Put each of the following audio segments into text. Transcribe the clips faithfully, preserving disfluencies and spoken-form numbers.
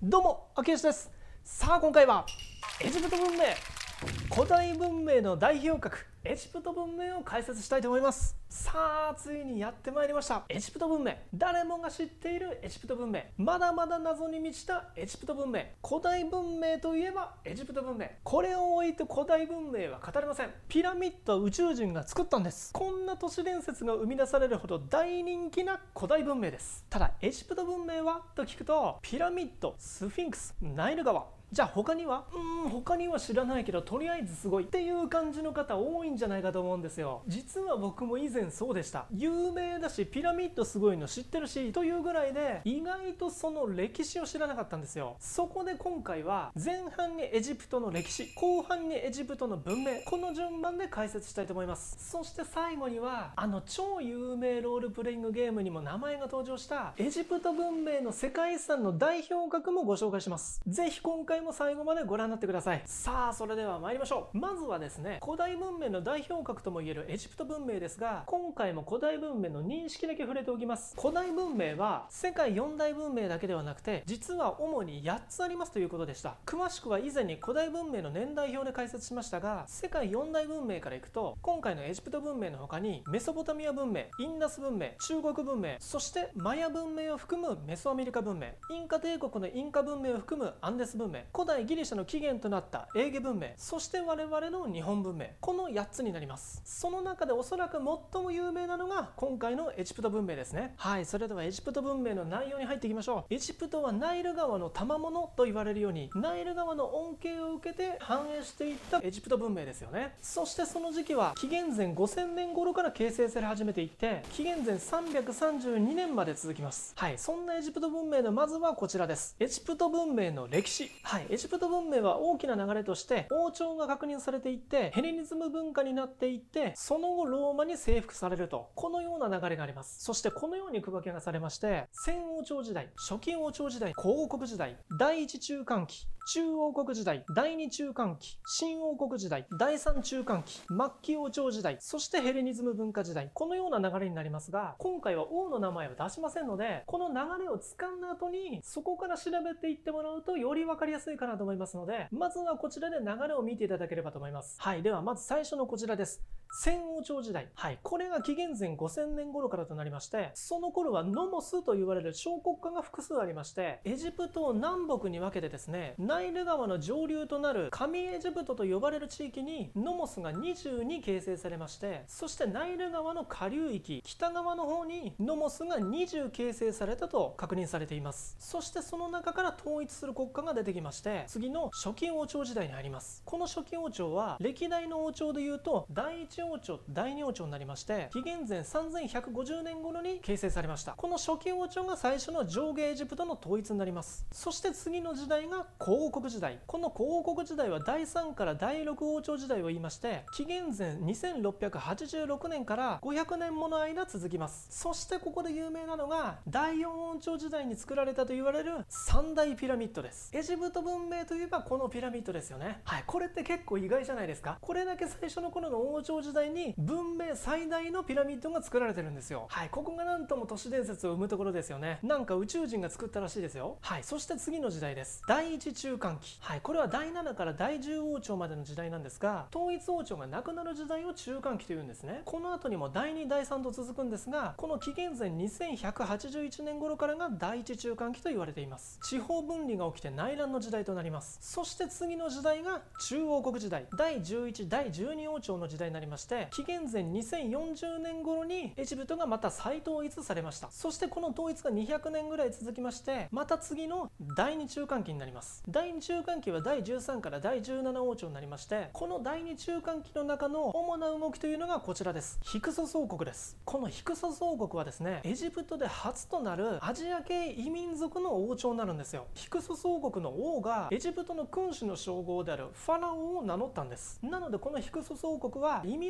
どうも、秋吉です。さあ、今回はエジプト文明、古代文明の代表格エジプト文明を解説したいと思います。さあ、ついにやってまいりました。エジプト文明、誰もが知っているエジプト文明、まだまだ謎に満ちたエジプト文明。古代文明といえばエジプト文明、これを置いて古代文明は語れません。ピラミッドは宇宙人が作ったんです。こんな都市伝説が生み出されるほど大人気な古代文明です。ただ、エジプト文明はと聞くと、ピラミッド、スフィンクス、ナイル川、じゃあ他にはうーん他には知らないけどとりあえずすごいっていう感じの方多いんじゃないかと思うんですよ。実は僕も以前そうでした。有名だしピラミッドすごいの知ってるしというぐらいで、意外とその歴史を知らなかったんですよ。そこで今回は前半にエジプトの歴史、後半にエジプトの文明、この順番で解説したいと思います。そして最後にはあの超有名ロールプレイングゲームにも名前が登場したエジプト文明の世界遺産の代表格もご紹介します。ぜひ今回も最後までご覧になってください。さあ、それでは参りましょう。まずはですね、古代文明の代表格ともいえるエジプト文明ですが、今回も古代文明の認識だけ触れておきます。古代文明は世界よん大文明だけではなくて、実は主にやっつありますということでした。詳しくは以前に古代文明の年代表で解説しましたが、世界よん大文明からいくと、今回のエジプト文明の他にメソポタミア文明、インダス文明、中国文明、そしてマヤ文明を含むメソアメリカ文明、インカ帝国のインカ文明を含むアンデス文明、古代ギリシャの起源となったエーゲ文明、そして我々の日本文明、このやっつになります。その中でおそらく最も有名なのが今回のエジプト文明ですね。はい、それではエジプト文明の内容に入っていきましょう。エジプトはナイル川の賜物と言われるように、ナイル川の恩恵を受けて繁栄していったエジプト文明ですよね。そしてその時期は紀元前ごせんねん頃から形成され始めていって、紀元前さんびゃくさんじゅうにねんまで続きます。はい、そんなエジプト文明のまずはこちらです。エジプト文明の歴史。はい、エジプト文明は大きな流れとして王朝が確認されていって、ヘレニズム文化になっていって、その後ローマに征服されると、このような流れがあります。そしてこのように区分けがされまして、先王朝時代、初期王朝時代、古王国時代、第一中間期、中王国時代、第二中間期、新王国時代、第三中間期、末期王朝時代、そしてヘレニズム文化時代、このような流れになりますが、今回は王の名前を出しませんので、この流れを掴んだ後にそこから調べていってもらうとより分かりやすいかなと思いますので、まずはこちらで流れを見ていただければと思います。はい、ではまず最初のこちらです。先王朝時代。はい。これが紀元前ごせんねん頃からとなりまして、その頃はノモスと言われる小国家が複数ありまして、エジプトを南北に分けてですね、ナイル川の上流となる上エジプトと呼ばれる地域にノモスがにじゅうに形成されまして、そしてナイル川の下流域、北側の方にノモスがにじゅう形成されたと確認されています。そしてその中から統一する国家が出てきまして、次の初期王朝時代に入ります。この初期王朝は歴代の王朝でいうと第一王朝、第二王朝になりまして、紀元前さんぜんひゃくごじゅうねん頃に形成されました。この初期王朝が最初の上下エジプトの統一になります。そして次の時代が古王国時代。この古王国時代はだいさんからだいろく王朝時代を言いまして、紀元前にせんろっぴゃくはちじゅうろくねんからごひゃくねんもの間続きます。そしてここで有名なのがだいよん王朝時代に作られたと言われる三大ピラミッドです。エジプト文明といえばこのピラミッドですよね。はい、これって結構意外じゃないですか。これだけ最初の頃の王朝時代に文明最大のピラミッドが作られてるんですよ。はい、ここがなんとも都市伝説を生むところですよね。なんか宇宙人が作ったらしいですよ。はい、そして次の時代です。第一中間期。はい、これはだいななからだいじゅう王朝までの時代なんですが、統一王朝がなくなる時代を中間期というんですね。この後にもだいに、だいさんと続くんですが、この紀元前にせんひゃくはちじゅういちねん頃からが第一中間期と言われています。地方分離が起きて内乱の時代となります。そして次の時代が中王国時代、だいじゅういち、だいじゅうに王朝の時代になりまして、紀元前にせんよんじゅうねん頃にエジプトがまた再統一されました。そしてこの統一がにひゃくねんぐらい続きまして、また次のだいに中間期になります。だいに中間期はだいじゅうさんからだいじゅうなな王朝になりまして、このだいに中間期の中の主な動きというのがこちらです。ヒクソス王国です。このヒクソス王国はですね、エジプトで初となるアジア系異民族の王朝になるんですよ。ヒクソス王国の王がエジプトの君主の称号であるファラオを名乗ったんです。なのでこのヒクソス王国は異民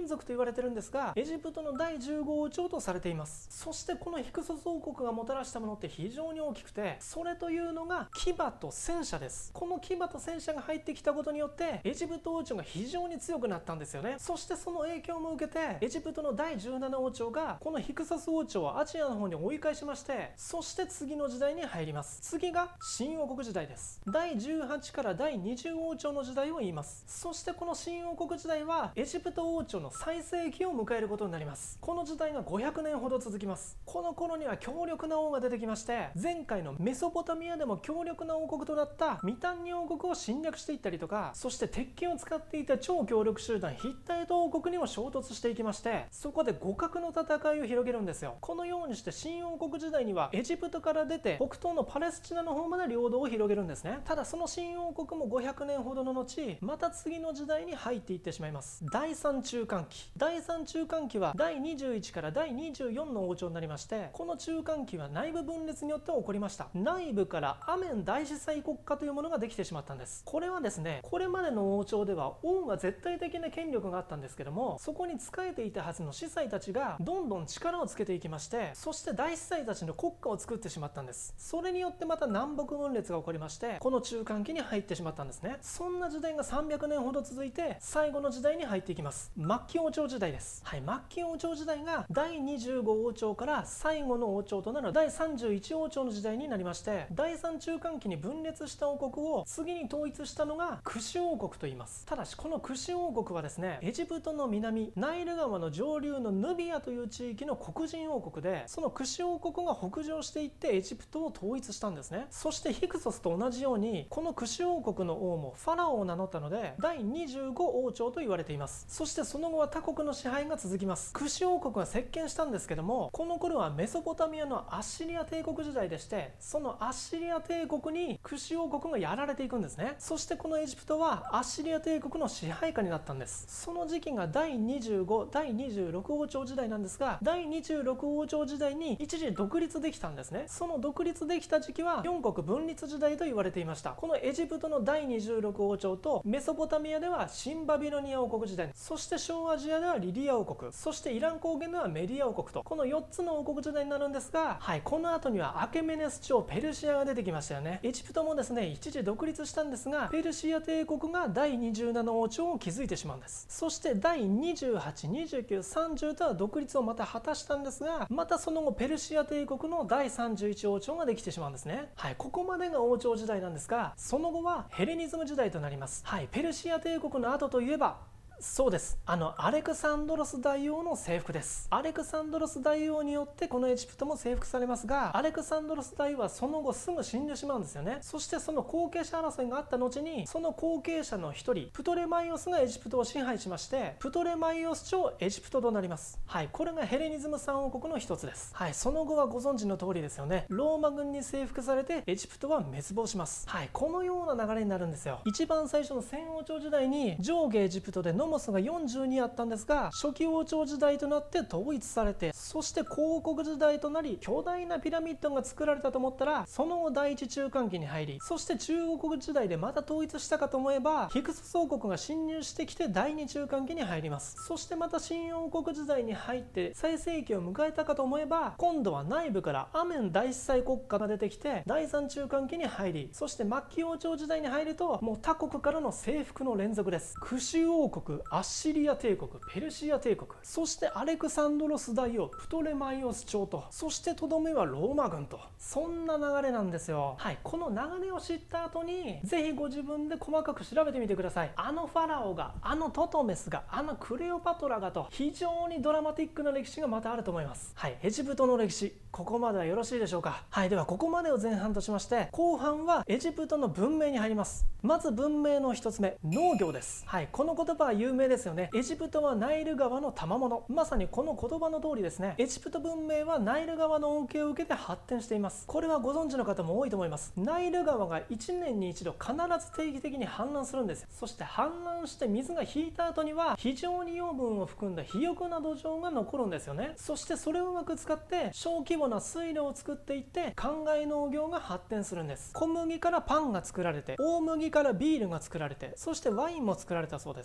民族と言われてるんですが、エジプトのだいじゅうご王朝とされています。そしてこのヒクソス王国がもたらしたものって非常に大きくて、それというのが騎馬と戦車です。この騎馬と戦車が入ってきたことによってエジプト王朝が非常に強くなったんですよね。そしてその影響も受けてエジプトのだいじゅうなな王朝がこのヒクソス王朝をアジアの方に追い返しまして、そして次の時代に入ります。次が新王国時代です。だいじゅうはちからだいにじゅう王朝の時代を言います。そしてこの新王国時代はエジプト王朝の最盛期を迎えることになります。この時代がごひゃくねんほど続きます。この頃には強力な王が出てきまして、前回のメソポタミアでも強力な王国となったミタンニ王国を侵略していったりとか、そして鉄拳を使っていた超強力集団ヒッタイト王国にも衝突していきまして、そこで互角の戦いを広げるんですよ。このようにして新王国時代にはエジプトから出て北東のパレスチナの方まで領土を広げるんですね。ただその新王国もごひゃくねんほどの後、また次の時代に入っていってしまいます。だいさん中間期。だいさん中間期はだいにじゅういちからだいにじゅうよんの王朝になりまして、この中間期は内部分裂によって起こりました。内部からアメン大司祭国家というものができてしまったんです。これはですね、これまでの王朝では王が絶対的な権力があったんですけども、そこに仕えていたはずの司祭たちがどんどん力をつけていきまして、そして大司祭たちの国家を作ってしまったんです。それによってまた南北分裂が起こりまして、この中間期に入ってしまったんですね。そんな時代がさんびゃくねんほど続いて、最後の時代に入っていきます。末期王朝時代です。はい、末期王朝時代がだいにじゅうご王朝から最後の王朝となるだいさんじゅういち王朝の時代になりまして、だいさん中間期に分裂した王国を次に統一したのがクシ王国と言います。ただしこのクシ王国はですね、エジプトの南ナイル川の上流のヌビアという地域の黒人王国で、そのクシ王国が北上していってエジプトを統一したんですね。そしてヒクソスと同じようにこのクシ王国の王もファラオを名乗ったのでだいにじゅうご王朝と言われています。そしてその後は他国の支配が続きます。クシ王国は席巻したんですけども、この頃はメソポタミアのアッシリア帝国時代でして、そのアッシリア帝国にクシ王国がやられていくんですね。そしてこのエジプトはアッシリア帝国の支配下になったんです。その時期がだいにじゅうご、だいにじゅうろく王朝時代なんですが、だいにじゅうろく王朝時代に一時独立できたんですね。その独立できた時期はよん国分立時代と言われていました。このエジプトのだいにじゅうろく王朝とメソポタミアでは新バビロニア王国時代、そして小アジアではリディア王国、そしてイラン高原ではメディア王国と、このよっつの王国時代になるんですが、はい、この後にはアケメネス朝ペルシアが出てきましたよね。エジプトもですね、一時独立したんですが、ペルシア帝国がだいにじゅうなな王朝を築いてしまうんです。そしてだいにじゅうはち、にじゅうきゅう、さんじゅうとは独立をまた果たしたんですが、またその後ペルシア帝国のだいさんじゅういち王朝ができてしまうんですね。はい、ここまでが王朝時代なんですが、その後はヘレニズム時代となります。はい、ペルシア帝国の後といえば、そうです。あのアレクサンドロス大王の征服です。アレクサンドロス大王によってこのエジプトも征服されますが、アレクサンドロス大王はその後すぐ死んでしまうんですよね。そしてその後継者争いがあった後に、その後継者の一人プトレマイオスがエジプトを支配しまして、プトレマイオス朝エジプトとなります。はい、これがヘレニズム三王国の一つです。はい、その後はご存知の通りですよね。ローマ軍に征服されてエジプトは滅亡します。はい、このような流れになるんですよ。一番最初の先王朝時代に上下エジプトでノモスがよんじゅうにあったんですが、初期王朝時代となって統一されて、そして広国時代となり巨大なピラミッドが作られたと思ったら、その後第一中間期に入り、そして中国時代でまた統一したかと思えばヒクソス王国が侵入してきて第二中間期に入ります。そしてまた新王国時代に入って最盛期を迎えたかと思えば、今度は内部からアメン大司祭国家が出てきて第三中間期に入り、そして末期王朝時代に入るともう他国からの征服の連続です。クシュ王国、アッシリア帝国、ペルシア帝国、そしてアレクサンドロス大王、プトレマイオス朝と、そしてとどめはローマ軍と、そんな流れなんですよ。はい、この流れを知った後にぜひご自分で細かく調べてみてください。あのファラオが、あのトトメスが、あのクレオパトラがと、非常にドラマティックな歴史がまたあると思います。はい、エジプトの歴史、ここまではよろしいでしょうか。はい、ではここまでを前半としまして、後半はエジプトの文明に入ります。まず文明の一つ目、農業です。はい、この言葉は有名ですよね。エジプトはナイル川の賜物。まさにこの言葉の通りですね。エジプト文明はナイル川の恩恵を受けて発展しています。これはご存知の方も多いと思います。ナイル川がいちねんに一度必ず定期的に氾濫するんですよ。そして氾濫して水が引いた後には非常に養分を含んだ肥沃な土壌が残るんですよね。そしてそれをうまく使って小規模な水路を作っていって灌漑農業が発展するんです。小麦からパンが作られて、大麦からビールが作られて、そしてワインも作られたそうです。パン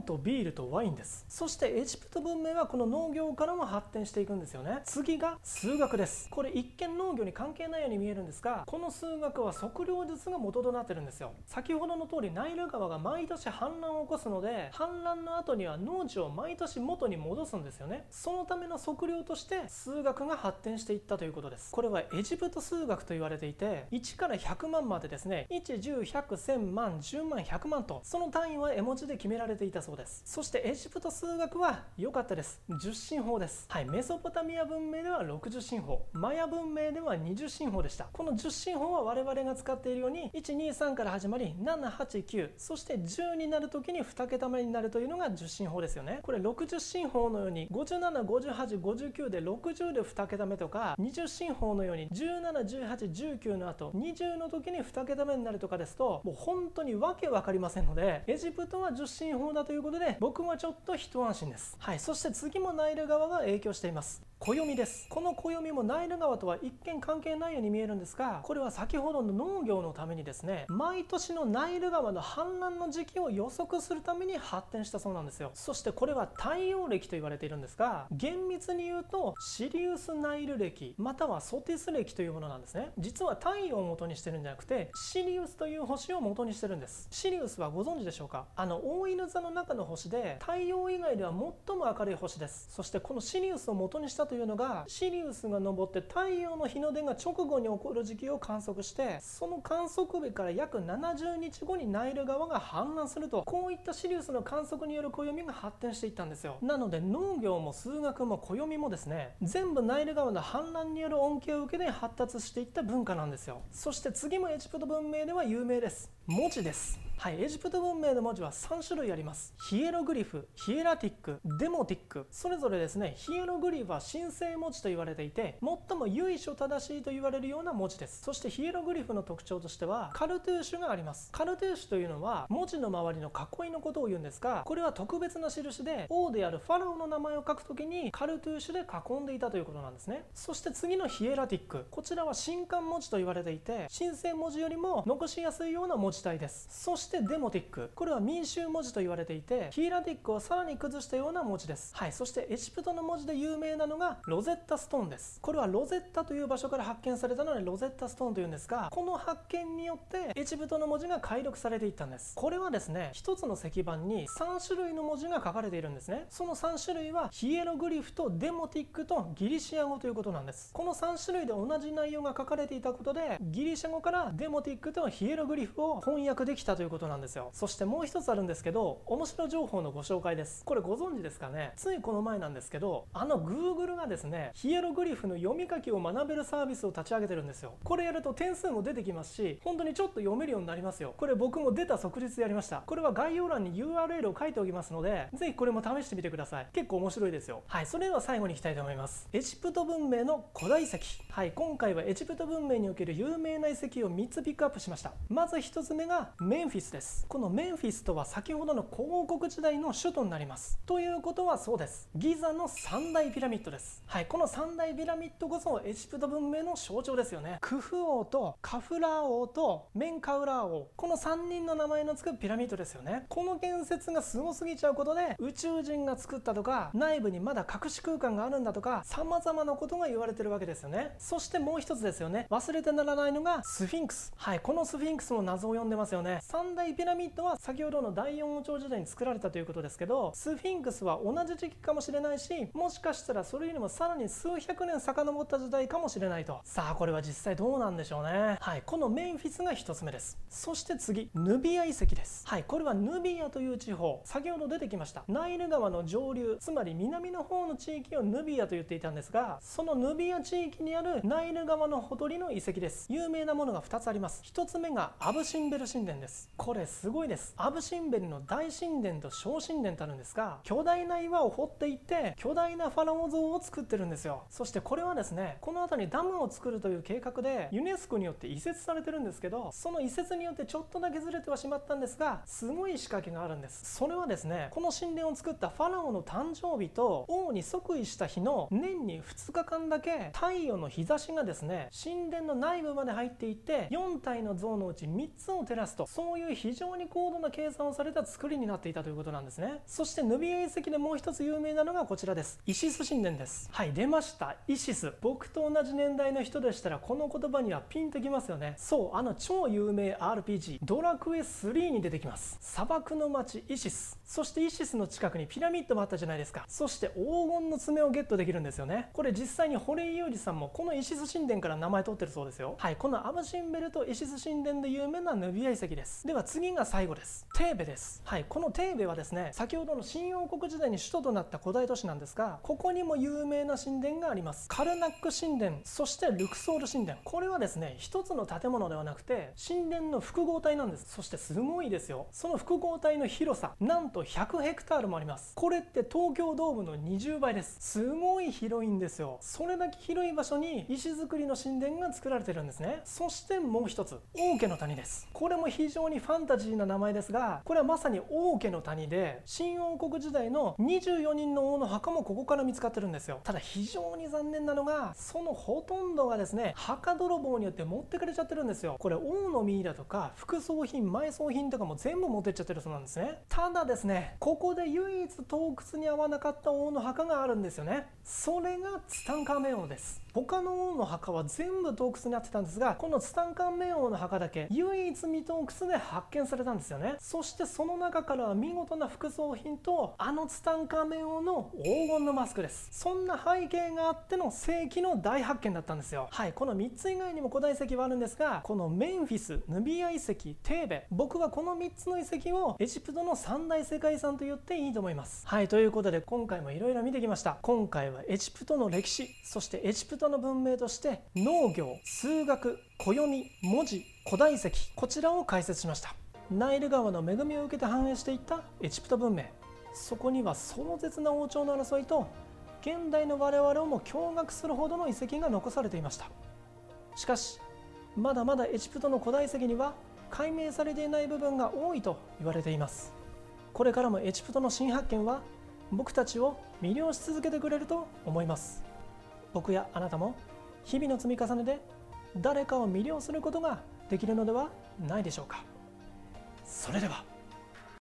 ンとビールとワインです。そしてエジプト文明はこの農業からも発展していくんですよね。次が数学です。これ一見農業に関係ないように見えるんですが、この数学は測量術が元となってるんですよ。先ほどの通りナイル川が毎年氾濫を起こすので、氾濫の後には農地を毎年元に戻すんですよね。そのための測量として数学が発展していったということです。これはエジプト数学と言われていて、いちからひゃくまんまでですね、いち、じゅう、ひゃく、せんまん、じゅうまん、ひゃくまんと、その単位は絵文字で決められていたそうです。そしてエジプト数学は良かったです。じゅっ進法です。はい、メソポタミア文明ではろくじゅっ進法、マヤ文明ではにじゅっ進法でした。このじゅっ進法は我々が使っているようにいち、に、さんから始まりなな、はち、きゅう、そしてじゅうになるときにに桁目になるというのがじゅっ進法ですよね。これろくじゅっ進法のようにごじゅうなな、ごじゅうはち、ごじゅうきゅうでろくじゅうでに桁目とか、にじゅっ進法のようにじゅうなな、じゅうはち、じゅうきゅうの後にじゅうの時にに桁目になるとかですと、もう本当にわけわかりませんので、エジプトはじゅっ進法だということで僕はちょっと一安心です。はい、そして次もナイル川が影響しています。暦です。この暦もナイル川とは一見関係ないように見えるんですが、これは先ほどの農業のためにですね、毎年のナイル川の氾濫の時期を予測するために発展したそうなんですよ。そしてこれは太陽暦と言われているんですが、厳密に言うとシリウスナイル暦またはソティス暦というものなんですね。実は太陽を元にしてるんじゃなくて、シリウスという星を元にしてるんです。シリウスはご存知でしょうか？あの大犬座の中の星で、太陽以外では最も明るい星です。そしてこのシリウスを元にしたというのが、シリウスが昇って太陽の日の出が直後に起こる時期を観測して、その観測日から約ななじゅうにちごにナイル川が氾濫すると、こういったシリウスの観測による暦が発展していったんですよ。なので農業も数学も暦もですね、全部ナイル川の氾濫による恩恵を受けて発達していった文化なんですよ。そして次もエジプト文明では有名です。文字です。はい、エジプト文明の文字はさん種類あります。ヒエログリフ、ヒエラティック、デモティック、それぞれですね。ヒエログリフは神聖文字と言われていて、最も由緒正しいと言われるような文字です。そしてヒエログリフの特徴としてはカルトゥーシュがあります。カルトゥーシュというのは文字の周りの囲いのことを言うんですが、これは特別な印で王であるファラオの名前を書くときにカルトゥーシュで囲んでいたということなんですね。そして次のヒエラティック、こちらは神官文字と言われていて、神聖文字よりも残しやすいような文字体です。そしてデモティック、これは民衆文字と言われていて、ヒエラティックをさらに崩したような文字です。はい、そしてエジプトの文字で有名なのがロゼッタストーンです。これはロゼッタという場所から発見されたのでロゼッタストーンというんですが、この発見によってエジプトの文字が解読されていったんです。これはですね、一つの石板にさん種類の文字が書かれているんですね。そのさん種類はヒエログリフとデモティックとギリシア語ということなんです。このさん種類で同じ内容が書かれていたことで、ギリシャ語からデモティックとヒエログリフを翻訳できたということなんですよ。そしてもう一つあるんですけど、面白情報のご紹介です。これご存知ですかね？ついこの前なんですけど、あの Google がですね、ヒエログリフの読み書きを学べるサービスを立ち上げてるんですよ。これやると点数も出てきますし、本当にちょっと読めるようになりますよ。これ僕も出た即日やりました。これは概要欄に ユーアールエル を書いておきますので、ぜひこれも試してみてください。結構面白いですよ。はい、それでは最後にいきたいと思います。エジプト文明の古代遺跡。はい、今回はエジプト文明における有名な遺跡をみっつピックアップしました。まずひとつめがメンフィスです。このメンフィスとは先ほどの古王国時代の首都になります。ということはそうです。ギザの三大ピラミッドです。はい、この三大ピラミッドこそエジプト文明の象徴ですよね。クフ王とカフラー王とメンカウラー王、このさんにんの名前の付くピラミッドですよね。この建設がすごすぎちゃうことで、宇宙人が作ったとか、内部にまだ隠し空間があるんだとか、様々なことが言われてるわけですよね。そしてもう一つですよね。忘れてならないのがスフィンクス。はい、このスフィンクスも謎を読んでますよね。三大ピラミッドは先ほどの第四王朝時代に作られたということですけど、スフィンクスは同じ時期かもしれないし、もしかしたらそれよりもさらに数百年遡った時代かもしれないと。さあこれは実際どうなんでしょうね。はい、このメンフィスがひとつめです。そして次、ヌビア遺跡です。はい、これはヌビアという地方、先ほど出てきましたナイル川の上流、つまり南の方の地域をヌビアと言っていたんですが、そのヌビア地域にあるナイル川のほとりの遺跡です。有名なものがふたつあります。ひとつめがアブシンベル神殿です。これすごいです。アブシンベルの大神殿と小神殿とあるんですが、巨大な岩を掘っていって巨大なファラオ像を作ってるんですよ。そしてこれはですね、この辺りダムを作るという計画でユネスコによって移設されてるんですけど、その移設によってちょっとだけずれてはしまったんですが、すごい仕掛けがあるんです。それはですね、この神殿を作ったファラオの誕生日と王に即位した日の年にふつかかんだけ太陽の日差しがですね、神殿の内部まで入っていってよん体の像のうちみっつを照らすと、そういういう非常に高度な計算をされた作りになっていたということなんですね。そしてヌビア遺跡でもう一つ有名なのがこちらです。イシス神殿です。はい、出ました。イシス。僕と同じ年代の人でしたらこの言葉にはピンときますよね。そう、あの超有名 アールピージー ドラクエスリーに出てきます。砂漠の町イシス。そしてイシスの近くにピラミッドもあったじゃないですか。そして黄金の爪をゲットできるんですよね。これ実際に堀井雄二さんもこのイシス神殿から名前取ってるそうですよ。はい、このアブシンベルとイシス神殿で有名なヌビア遺跡です。では次が最後です。テーベです。はい、このテーベはですね、先ほどの新王国時代に首都となった古代都市なんですが、ここにも有名な神殿があります。カルナック神殿、そしてルクソール神殿。これはですね、一つの建物ではなくて神殿の複合体なんです。そしてすごいですよ。その複合体の広さ、なんとひゃくヘクタールもあります。これって東京ドームのにじゅうばいです。すごい広いんですよ。それだけ広い場所に石造りの神殿が作られてるんですね。そしてもう一つ、王家の谷です。これも非常にファンタジーな名前ですが、これはまさに王家の谷で、新王国時代のにじゅうよにんの王の墓もここから見つかってるんですよ。ただ非常に残念なのが、そのほとんどがですね、墓泥棒によって持ってかれちゃってるんですよ。これ王のミイラとか副葬品、埋葬品とかも全部持ってっちゃってるそうなんですね。ただですね、ここで唯一洞窟に合わなかった王の墓があるんですよね。それがツタンカーメン王です。他の王の墓は全部洞窟になってたんですが、このツタンカーメン王の墓だけ唯一未洞窟で発見されたんですよね。そしてその中からは見事な副葬品と、あのツタンカーメン王の黄金のマスクです。そんな背景があっての世紀の大発見だったんですよ。はい、このみっつ以外にも古代遺跡はあるんですが、このメンフィス、ヌビア遺跡、テーベ、僕はこのみっつの遺跡をエジプトの三大世界遺産と言っていいと思います。はい、ということで今回もいろいろ見てきました。今回はエジプトの歴史、そしてエジプトの文明として農業、数学、暦、文字、古代遺跡、こちらを解説しました。ナイル川の恵みを受けて繁栄していったエジプト文明、そこには壮絶な王朝の争いと現代の我々をも驚愕するほどの遺跡が残されていました。しかしまだまだエジプトの古代遺跡には解明されていない部分が多いと言われています。これからもエジプトの新発見は僕たちを魅了し続けてくれると思います。僕やあなたも日々の積み重ねで誰かを魅了することができるのではないでしょうか。それでは。